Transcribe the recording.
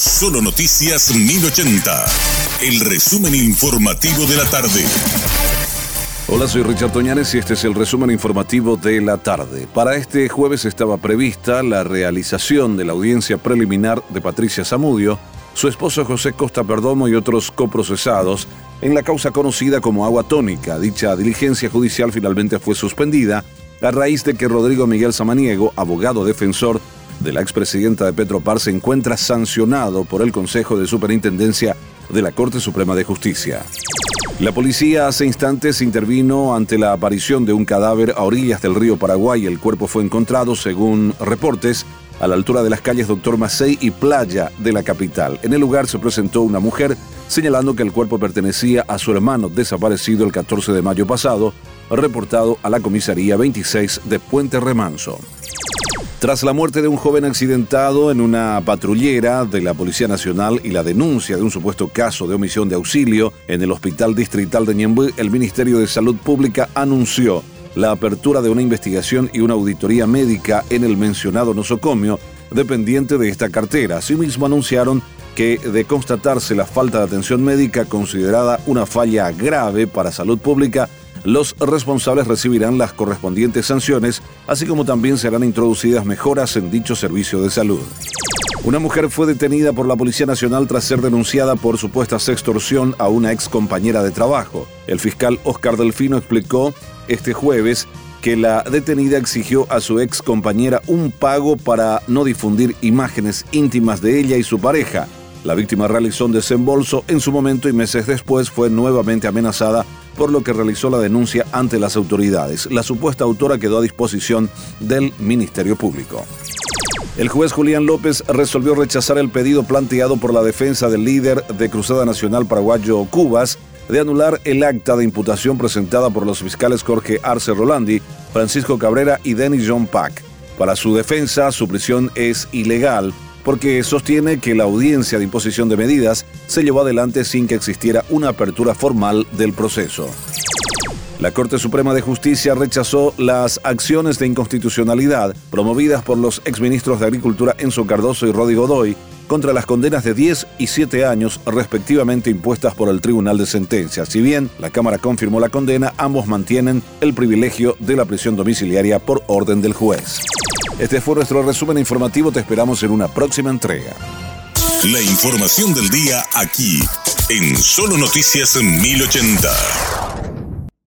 Solo Noticias 1080. El resumen informativo de la tarde. Hola, soy Richard Toñanes y este es el resumen informativo de la tarde. Para este jueves estaba prevista la realización de la audiencia preliminar de Patricia Zamudio, su esposo José Costa Perdomo y otros coprocesados en la causa conocida como Agua Tónica. Dicha diligencia judicial finalmente fue suspendida a raíz de que Rodrigo Miguel Samaniego, abogado defensor de la expresidenta de Petropar, se encuentra sancionado por el Consejo de Superintendencia de la Corte Suprema de Justicia. La policía hace instantes intervino ante la aparición de un cadáver a orillas del río Paraguay. El cuerpo fue encontrado, según reportes, a la altura de las calles Doctor Macei y Playa de la capital. En el lugar se presentó una mujer señalando que el cuerpo pertenecía a su hermano desaparecido el 14 de mayo pasado, reportado a la comisaría 26 de Puente Remanso. Tras la muerte de un joven accidentado en una patrullera de la Policía Nacional y la denuncia de un supuesto caso de omisión de auxilio en el Hospital Distrital de Ñemby, el Ministerio de Salud Pública anunció la apertura de una investigación y una auditoría médica en el mencionado nosocomio dependiente de esta cartera. Asimismo, anunciaron que, de constatarse la falta de atención médica considerada una falla grave para salud pública, los responsables recibirán las correspondientes sanciones, así como también serán introducidas mejoras en dicho servicio de salud. Una mujer fue detenida por la Policía Nacional tras ser denunciada por supuesta sextorsión a una ex compañera de trabajo. El fiscal Oscar Delfino explicó este jueves que la detenida exigió a su ex compañera un pago para no difundir imágenes íntimas de ella y su pareja. La víctima realizó un desembolso en su momento y meses después fue nuevamente amenazada, por lo que realizó la denuncia ante las autoridades. La supuesta autora quedó a disposición del Ministerio Público. El juez Julián López resolvió rechazar el pedido planteado por la defensa del líder de Cruzada Nacional paraguayo Cubas de anular el acta de imputación presentada por los fiscales Jorge Arce Rolandi, Francisco Cabrera y Denis John Pack. Para su defensa, su prisión es ilegal, porque sostiene que la audiencia de imposición de medidas se llevó adelante sin que existiera una apertura formal del proceso. La Corte Suprema de Justicia rechazó las acciones de inconstitucionalidad promovidas por los exministros de Agricultura Enzo Cardoso y Rodi Godoy contra las condenas de 10 y 7 años respectivamente impuestas por el Tribunal de Sentencias. Si bien la Cámara confirmó la condena, ambos mantienen el privilegio de la prisión domiciliaria por orden del juez. Este fue nuestro resumen informativo. Te esperamos en una próxima entrega. La información del día aquí, en Solo Noticias 1080.